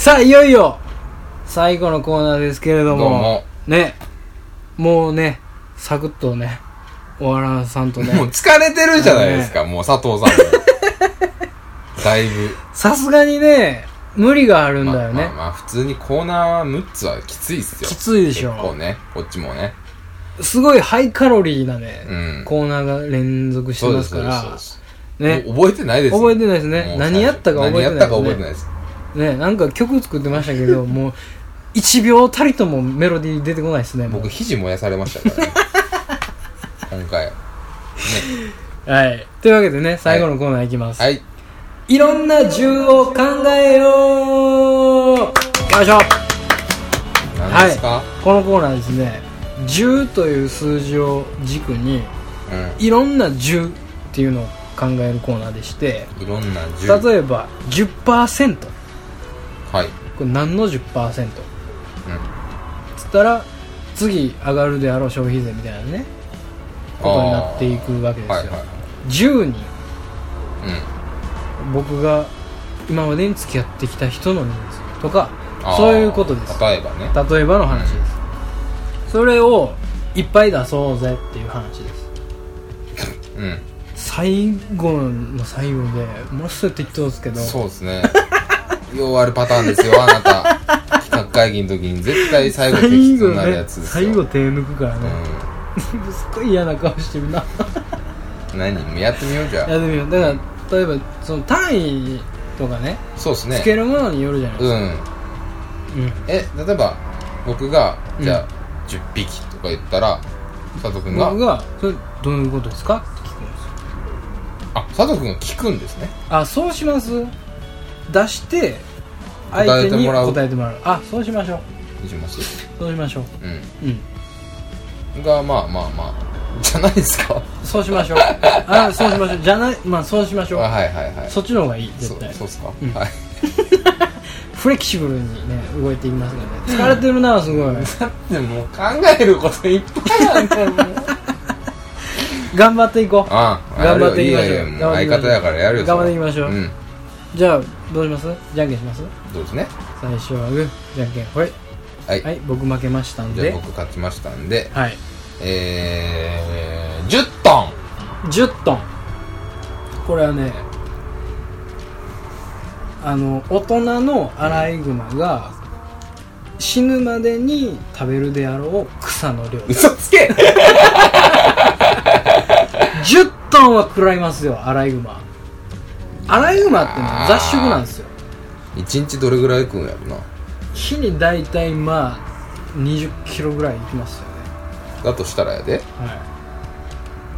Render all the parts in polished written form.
さあいよいよ最後のコーナーですけれども、 どうもね、もうねサクッとね終わらさんとね、 もう疲れてるじゃないですか、もう佐藤さんもだいぶさすがにね無理があるんだよね。 まあ普通にコーナー6つはきついっすよ。 きついでしょ。 結構ね、こっちもねすごいハイカロリーなね、 うん、 コーナーが連続してますからね。 覚えてないです、 覚えてないですね。何やったか覚えてないですね。なんか曲作ってましたけどもう1秒たりともメロディー出てこないですね。 僕肘燃やされましたからね今回ね。 はい、というわけでね最後のコーナーいきます。 はい、 いろんな10を考えよう。よいしょ。 何ですか、 はい、このコーナーですね、10という数字を軸に、いろんな10っていうのを考えるコーナーでして、 いろんな10、 例えば 10%、 はい、 これ何の 10%、つったら次上がるであろう消費税みたいなねことになっていくわけですよ、はいはい、10に、僕が今までに付き合ってきた人の人数とかそういうことです。 例えばね、 例えばの話です、それをいっぱい出そうぜっていう話です。最後の最後でものすごい適当ですけど、 そうですねようあるパターンですよあなた企画会議の時に絶対最後適当になるやつですよ。 最後手抜くからね、すっごい嫌な顔してるな何やってみよう。じゃあやってみよう。だから例えばその単位とかね、 そうですね、 つけるものによるじゃないですか。 例えば僕がじゃあ、10匹とか言ったら佐藤君が、 僕がそれどういうことですかって聞くんですよ。 あ、佐藤君が聞くんですね。 あ、そうします。出して相手に答えてもらう。あ、そうしましょう。 します。 そうしましょう。 がまあじゃないですか。 そうしましょう。あ、そうしましょう。じゃない、まあそうしましょう。 はい。 そっちの方がいい、絶対。 そうっすか。はい。 フレキシブルにね動いていきますからね。疲れてるな、すごい。 だってもう考えることいっぱいあるんだよ。 頑張っていこう。 頑張っていきましょう。相方やからやるよ。 頑張っていきましょう。じゃあどうします？じゃんけんします？ そうですね。 最初はグー、じゃんけんほい。はい、僕負けましたんで。 じゃあ僕勝ちましたんで。 はい。 10トン。 10トン。これはね、大人のアライグマが死ぬまでに食べるであろう草の量。 嘘つけ 10トンは食らいますよ、アライグマ。アライグマって雑食なんですよ。 1日どれぐらい食うんやろな。 日にだいたいまあ20キロぐらいいきますよね。だとしたらやで、 はい、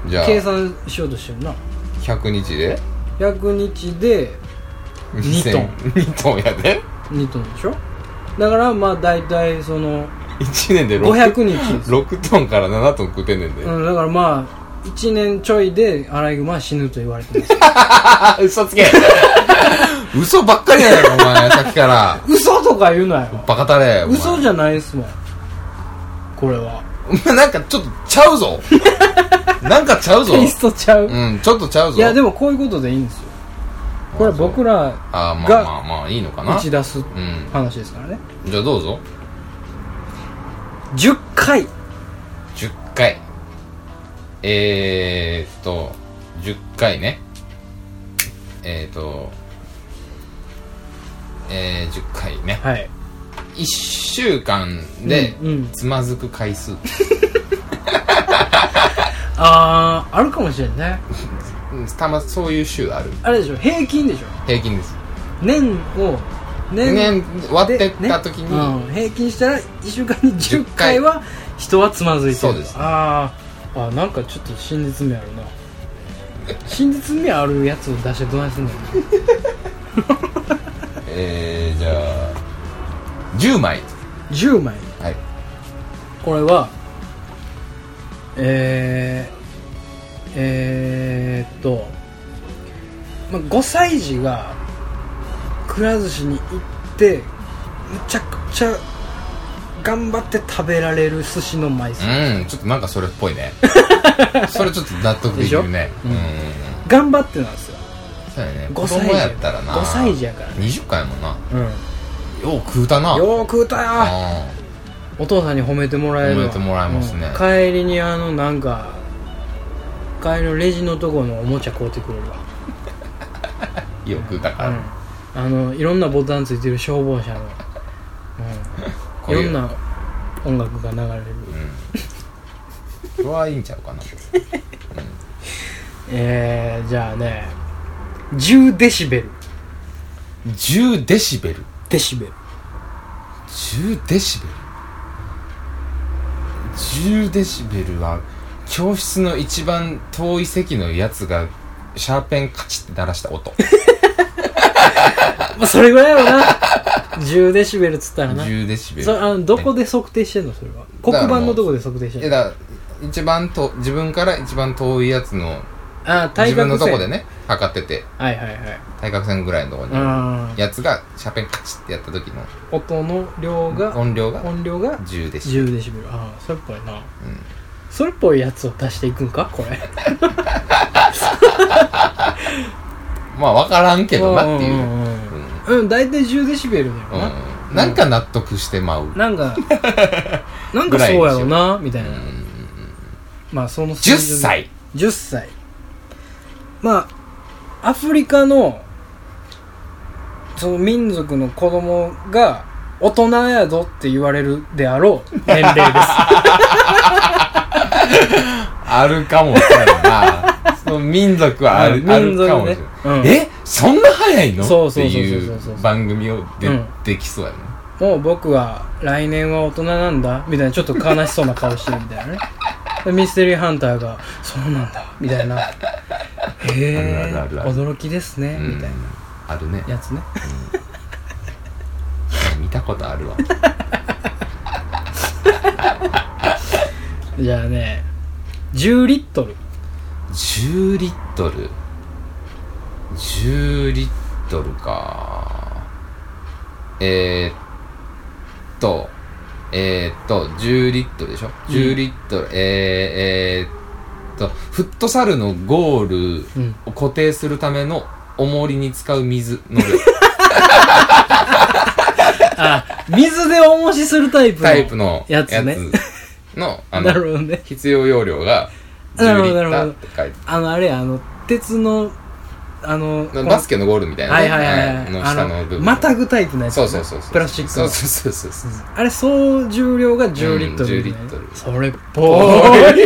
じゃあ計算しようとしてるな。 100日で 100日で2トン 2トンやで。 2トンでしょ。だからまあだいたいその 1年で 500日です。 6トンから7トン食ってんねんで、 だからまあ1年ちょいでアライグマは死ぬと言われてます嘘つけ嘘ばっかりやろお前さっきから嘘とか言うなよバカたれ。 嘘じゃないですもんこれは。 なんかちょっとちゃうぞなんかちゃうぞ。 テイストちゃう。 ちょっとちゃうぞ。 いやでもこういうことでいいんですよ。これは僕らがまあいいのかな、 打ち出す話ですからね。 じゃあどうぞ。 10回 10回10回ね。10回ね。 はい。 1週間でつまずく回数、 あるかもしれんね。 そういう週ある。 あれでしょ、平均でしょ。 平均です。 年割ってった時に、 平均したら1週間に10回は人はつまずいてる。 そうです。 なんかちょっと真実味あるな。真実味あるやつを出してどないすんのじゃあ10枚。 10枚。 はい。 これは5歳児がくら寿司に行ってむちゃくちゃ頑張って食べられる寿司の枚数。 ちょっとなんかそれっぽいねそれちょっと納得できるね。 頑張ってなんですよ。 そうやね。子供やったらな 5歳児やからね。 20回やもんな。 よう食うたな。 よう食うたよ。 あお父さんに褒めてもらえるわ。 褒めてもらえますね、 帰りになんか帰りのレジのとこのおもちゃ買うてくれるわ。 よう食うたから、 いろんなボタンついてる消防車の、いろんな音楽が流れる。 それはいいんちゃうかな。 じゃあね、10デシベル。 10デシベル。 デシベル。 10デシベル。10デシベルは教室の一番遠い席のやつがシャーペンカチって鳴らした音。 まあそれぐらいやろな。10デシベルっつったらな。 10デシベル。 どこで測定してんのそれは。黒板のとこで測定してんの。 だから一番自分から一番遠いやつの対角線。 自分のとこでね測ってて、 はいはいはい。 対角線ぐらいのとこにやつがシャーペンカチってやった時の音の量が音量が 10 10デシベル。 10デシベル。それっぽいな。それっぽいやつを出していくんかこれ。 まあ分からんけどなっていう。 大体10デシベルだよな。 なんか納得してまう。 なんかそうやろなみたいな。まあその 10歳。 まあアフリカのその民族の子供が大人やぞって言われるであろう年齢です。 あるかもしれないな。その民族はあるかもしれない。そんな早いのっていう番組をできそうやね。 もう僕は来年は大人なんだみたいな、ちょっと悲しそうな顔してるみたいなね。ミステリーハンターがそうなんだみたいな、驚きですねみたいなあるねやつね。 見たことあるわ。 じゃあね、10リットル。 10リットル10リットルか。10リットルでしょ、10リットル。フットサルのゴールを固定するための重りに使う水の量。 水で重しするタイプのやつね。 なるほどね。 必要容量が10リッターって書いてあれ鉄のバスケのゴールみたいなね、の下の部分、 またぐタイプのやつ、 そうプラスチックの、 そうあれ総重量が10リットル、 10リットル。 それっぽ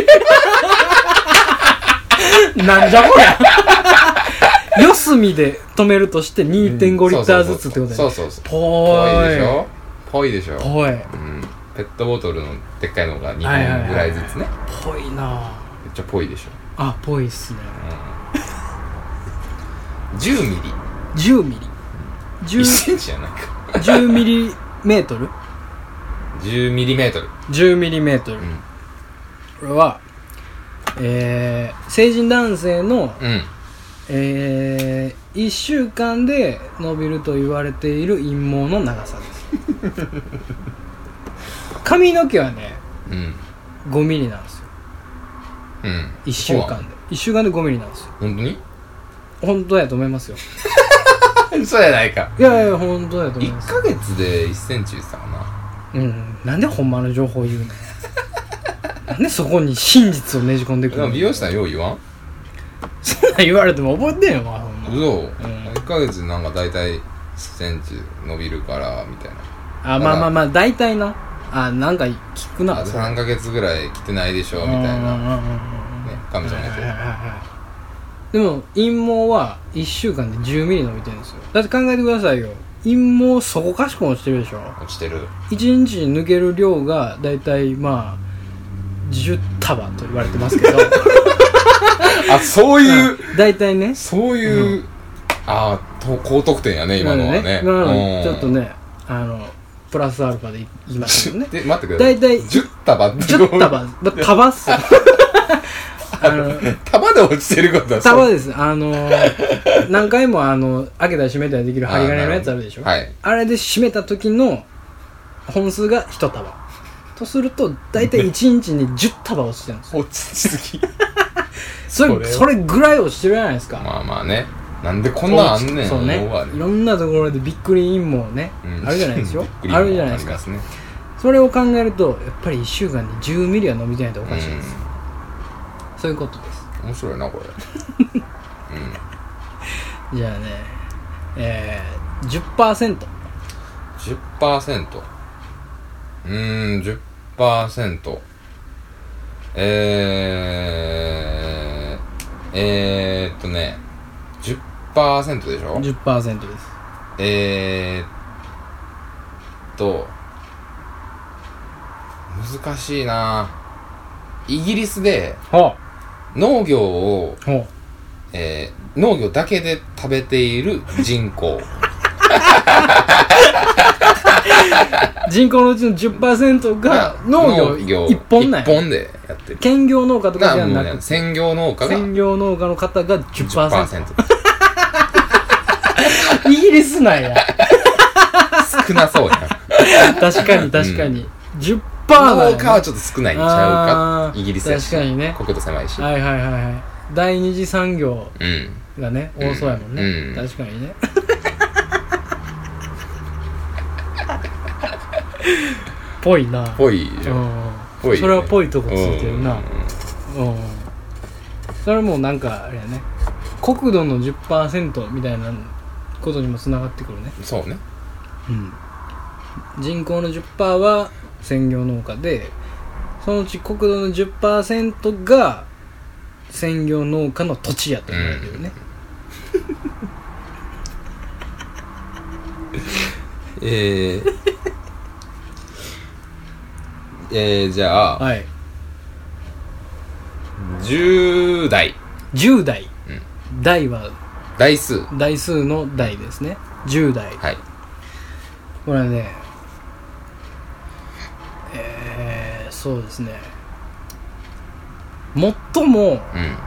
い。なんじゃこりゃ。四隅で止めるとして 2.5 リッターずつってことだよね。 そうぽいでしょ。 ぽい。 ペットボトルのでっかいのが2本ぐらいずつね。 ぽいな。 めっちゃぽいでしょ。 ぽいっすね。 10ミリ。 10ミリ。 1センチじゃないか。 10ミリメートル。 10ミリメートル。 10ミリメートル。これは、成人男性の、1週間で伸びると言われている陰毛の長さです。髪の毛はね、5ミリなんですよ。1週間で。1週間で5ミリなんですよ。 本当に？ 本当やと思いますよ。 そうやないか。 いや本当やと思います。 1ヶ月で1センチ言ってたかな。 なんでほんまの情報言うの？なんでそこに真実をねじ込んでくるの？ 美容師さんよう言わん？ そんなん言われても覚えてんよ、まあ、ほんま。 1ヶ月なんか大体1センチ伸びるからみたいな。 まあ大体な。なんか聞くな。 3ヶ月ぐらい来てないでしょみたいなね、神様やって。 でも陰毛は1週間で10ミリ伸びてるんですよ。だって考えてくださいよ、陰毛そこかしこ落ちてるでしょ。 落ちてる。 1日に抜ける量がだいたい10束と言われてますけど。 そういうだいたいね、 そういう、高得点やね今のはね。 ちょっとね、プラスアルファで言いますよね。 で待ってください。 だいたい 10束束っすよ。 束で落ちてることは束です。何回も開けたり閉めたりできる針金のやつあるでしょ。あれで閉めた時の本数が1束とすると、だいたい1日に10束落ちてるんですよ。 落ちすぎ。 それぐらい落ちてるじゃないですか。 まあね。 なんでこんなんあんねん。 そうね、いろんなところでびっくり陰謀ね、あるじゃないですよあるじゃないですか。それを考えるとやっぱり1週間に10ミリは伸びてないとおかしいです、そういうことです。 面白いなこれじゃあね10%。 10%。10%。10% でしょ ?10% です。 難しいな。イギリスで農業を、農業だけで食べている人口人口のうちの 10% が農業一本なんや。 一本でやってる。 兼業農家とかじゃなくて専業農家の方が 10%。イギリスなんや。 少なそうや。 確かに確かに、10% 農家はちょっと少ないんちゃうか。イギリスやし確かにね、 国土狭いし。 はいはいはいはい。第二次産業がね、多そうやもんね、確かにね。ぽいな。 ぽいじゃん。 ぽい、ね。それはぽいとこついてるな。それもなんかあれやね。国土の 10% みたいなことにもつながってくるね。 そうね。 人口の 10% は専業農家で、そのうち国土の 10% が専業農家の土地やと言われてるね。 じゃあ、10代。 10代。代は台数の代ですね。10代。 はい。 これね、そうですね。最も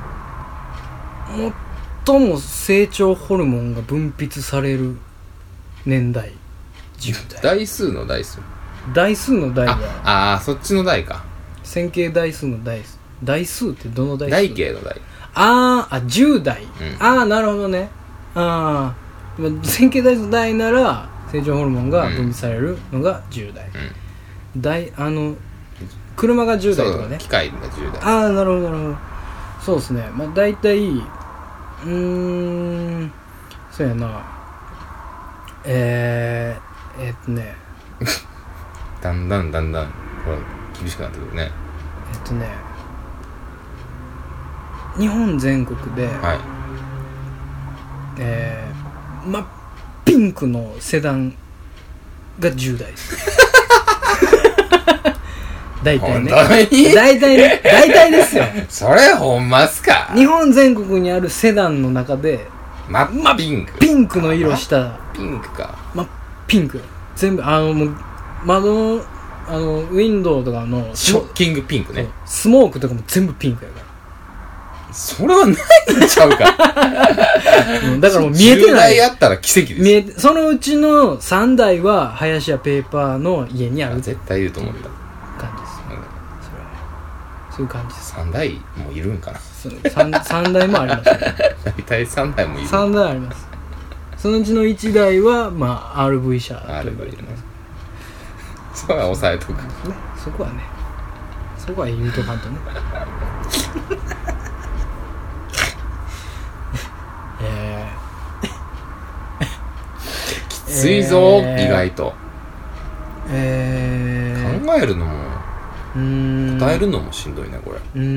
成長ホルモンが分泌される年代。10代。 台数の台数。 台数の台はそっちの台か。 線形代数の台数。台数ってどの台数？ 台形の台。 10代。なるほどね。線形代数の台なら成長ホルモンが分泌されるのが10代。車が10代とかね。 機械が10代。 なるほどなるほど。そうですね。まあ大体そうやな。 だんだんこれ厳しくなってくるね。 日本全国で、ピンクのセダンが10代です。大体ね。大体ですよ。 それほんますか？ 日本全国にあるセダンの中でピンクの色したピンクか。 ピンク全部もう窓のウィンドウとかのショッキングピンクね。 スモークとかも全部ピンクやから。 それはないんちゃうか。 だからもう見えてない。 10台あったら奇跡です。 そのうちの3台は林家ペーパーの家にある。 絶対いると思った感じです。そういう感じです。 3台もいるんかな。 3台もありますね。 大体3台もいる。 3台あります。そのうちの1台はRV 車と呼ばれてます。そこは抑えとく、 そこは言うとかんとね。 きついぞ、意外と。考えるのも答えるのもしんどいねこれ。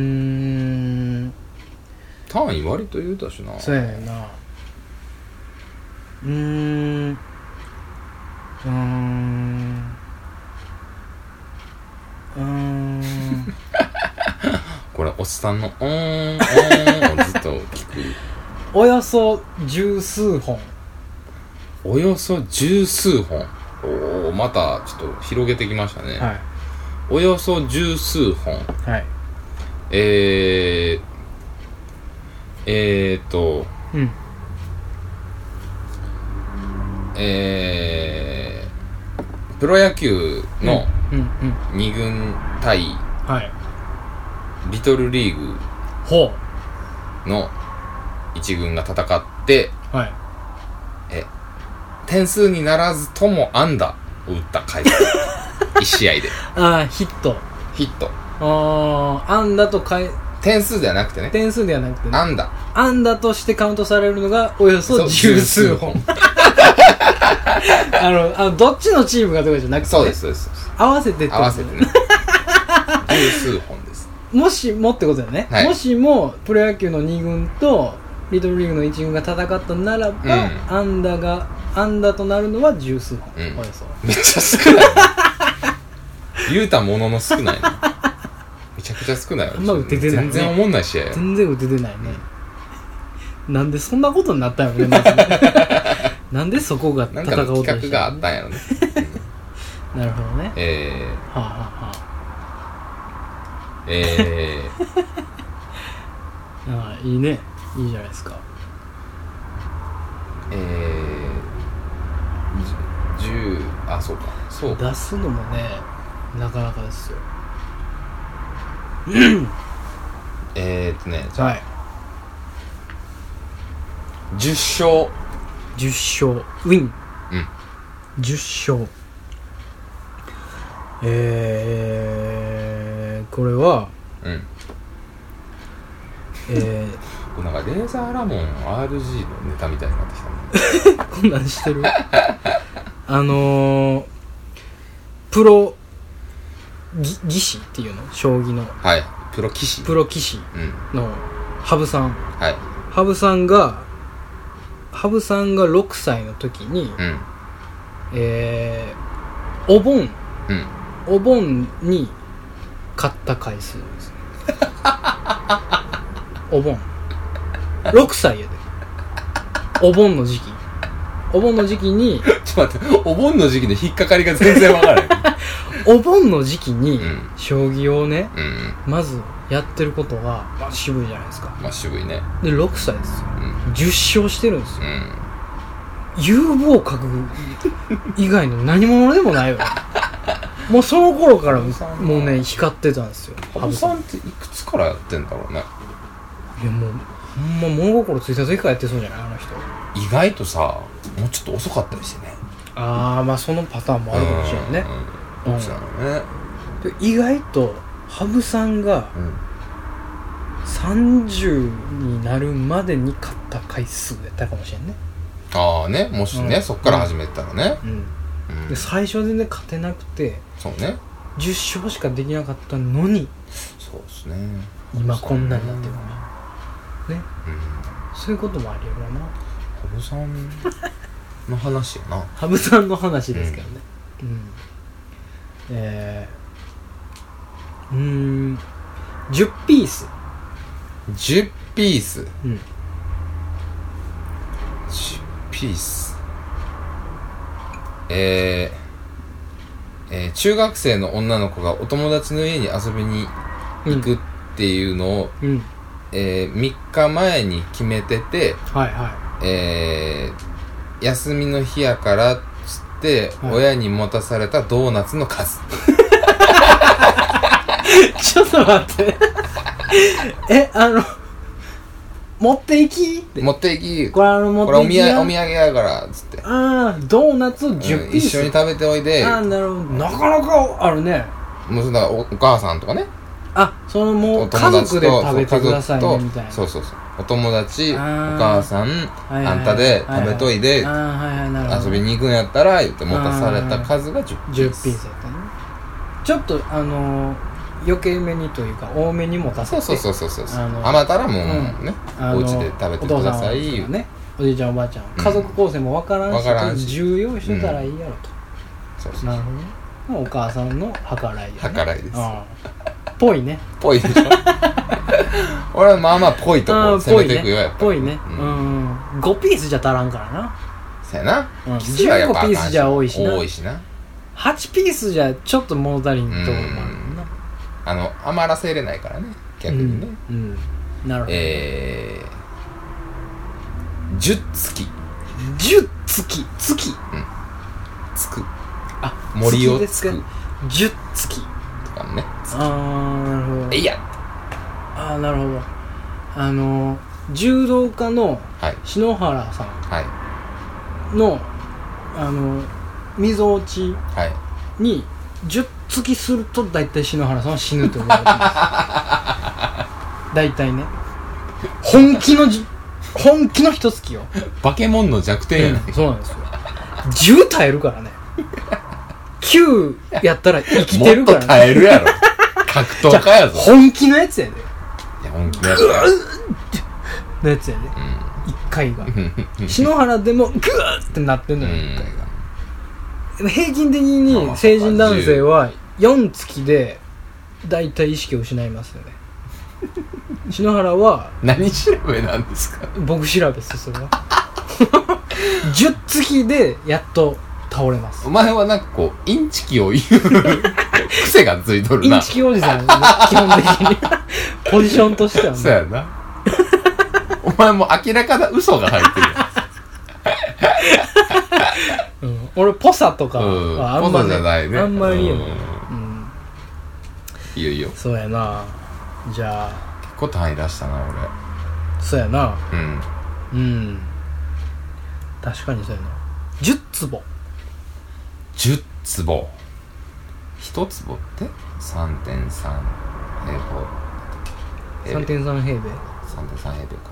単位割と言うたしな。 そうやねんな。 これおっさんのをずっと聞く。 およそ十数本。 およそ十数本。またちょっと広げてきましたね。およそ十数本。プロ野球の2軍対リトルリーグの1軍が戦ってはい。 点数にならずとも安打を打った回数1試合でヒット安打と点数ではなくてね、安打としてカウントされるのがおよそ十数本どっちのチームがとかじゃなくて、 そうです合わせてね十数本です。 もしもってことだよね、はい、もしもプロ野球の2軍とリトルリーグの1軍が戦ったならば、安打となるのは十数本、およそめっちゃ少ない言うたものの少ないねめちゃくちゃ少ないわ。 あんま打ててない、 全然思んない試合。 全然打ててないね、なんでそんなことになったんやろね、まずねなんでそこが戦おうとしたの、 なんかの企画があったんやろねなるほどね。はあはあいいね、いいじゃないですか。そうか、出すのもねなかなかですよじゃあ、はい、10勝ウィン、10勝。これはなんかレーザーラモン RG のネタみたいになってきたねこんなんしてるプロ技師っていうの、将棋の、 はい、プロ棋士の羽生さん、はい、羽生さんが6歳の時に、お盆に買った回数ですお盆6歳やで、お盆の時期にちょっと待って、お盆の時期の引っかかりが全然わからないお盆の時期に将棋をね、まずやってることが、渋いじゃないですか。 渋いね。 で6歳ですよ、10勝してるんですよ、有望格以外の何者でもないよねもうその頃からもうね光ってたんですよ。 羽生さんっていくつからやってんだろうね。 いやもうほんま物心ついた時からやってそうじゃない、あの人。 意外とさ、もうちょっと遅かったりしてね。 そのパターンもあるかもしれないね。 どっちなのね。 で意外と羽生さんが、30になるまでに勝った回数やったかもしれんね。 ね、もしね、そっから始めたらね、 で最初でね勝てなくて、 そうね、 10勝しかできなかったのに、 そうですね、 今こんなになってるね、そういうこともあり得るな。 羽生さんの話やな羽生さんの話ですけどね。10ピース 10ピース、ピース、中学生の女の子がお友達の家に遊びに行くっていうのを、3日前に決めてて、休みの日やからっつって、親に持たされたドーナツの数ちょっと待って持っていきって持っていき、 これ持っていきお土産やからっつって、 ドーナツを10ピース、 一緒に食べておいで。 なるほど、なかなかあるね。 もうお母さんとかね、 そのもう家族で食べてくださいねみたいな。 そうお友達、お母さん、あんたで食べといで、遊びに行くんやったら言って持たされた数が10ピースやったね。ちょっと余計めにというか多めに持たせて、 そう余ったらもうね、お家で食べてください。 おじいちゃんおばあちゃん、家族構成も分からんし重要してたらいいやろと。なるほどね。お母さんの計らいです。 ぽいね。 ぽいでしょ俺はまあまあぽいとこ攻めていくよ、やっぱぽいね。5ピースじゃ足らんからな。 そうやな。 15ピースじゃ多いしな。8ピースじゃちょっと物足りんところもあるもんな。 余らせれないからね、逆にね。 なるほど。 10月つく森をつく 10月とかね。 なるほど。 いや、 なるほど。 柔道家の篠原さんの、溝落ちに10突きすると大体篠原さんは死ぬと言われてます大体ね本気の一突きよバケモンの弱点やね、 そうなんですよ10耐えるからね9やったら生きてるからねもっと耐えるやろ格闘家やぞ本気のやつやでいや本気のやつのやつやで、1回が篠原でもグーってなってんのよ1回が平均的に成人男性は4突きでだいたい意識を失いますよね篠原は何調べなんですか僕調べですそれは10突きでやっと倒れます。 お前はなんかこうインチキを言う癖がついとるな。 インチキおじさん、ね、基本的にポジションとしてはね。 そうやな。お前も明らかな嘘が入ってる、俺ポサとかはあんま、ね、 ポサじゃないね。 あんまり言うの、 いいよいいよ。 そうやな。じゃあ結構単位出したな俺。 そうやな。確かにそうやな。10坪 10坪1坪って 3.3 平方 3.3 平米 3.3 平米か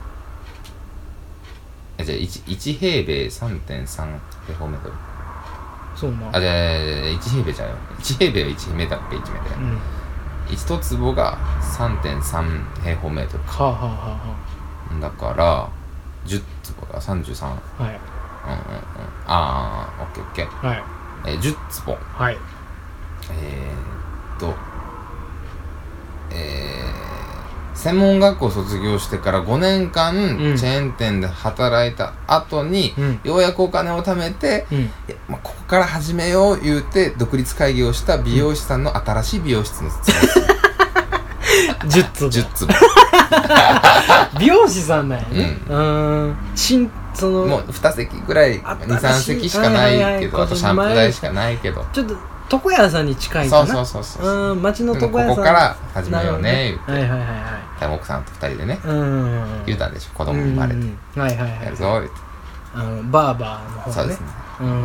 じゃあ 1平米 3.3 平方メートルそうなじゃあ1平米じゃないよ1平米は1メートルか1メートル、1坪が 3.3 平方メートルか、だから10坪が33はいオッケーオッケーはい10坪はい専門学校卒業してから5年間、チェーン店で働いた後に、ようやくお金を貯めて、ここから始めよう言うて独立会議をした美容師さんの新しい美容室の 10坪美容師さんなんやね、そのもう2席ぐらい 2,3 席しかないけどあとシャンプー台しかないけどちょっと床屋さんに近いかなそう町の床屋さんここから始めようね言って奥さんと2人でね言うたんでしょ子供生まれてやるぞ言ってバーバーの方ねそうですね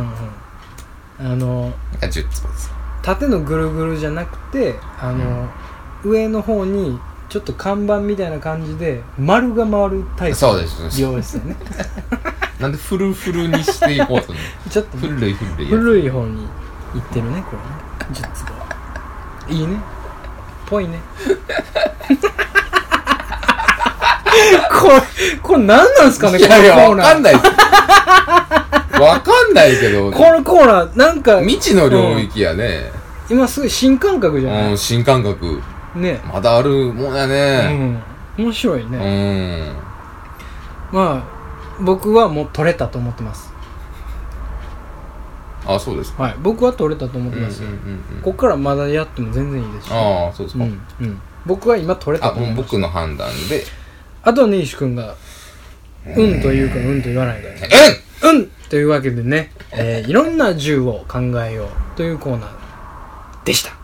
10坪です縦のぐるぐるじゃなくて上の方にちょっと看板みたいな感じで丸が回るタイプの美容室ねなんでフルフルにしていこうとねちょっと古い方に行ってるねこれね10坪いいねぽいねこれ何なんすかねこのコーナーわかんないわかんないけどこのコーナーなんか未知の領域やね、 今すごい新感覚じゃない、 新感覚ねまだあるもんやね、 面白いね、まあ僕はもう取れたと思ってます。 あ、そうですか。 はい、僕は取れたと思ってますよ、ここからまだやっても全然いいですし、 ああ、そうですか、 僕は今取れたと思います。 僕の判断であとは根岸君がうんというかうんと言わないからうんというわけでね、いろんな銃を考えようというコーナーでした。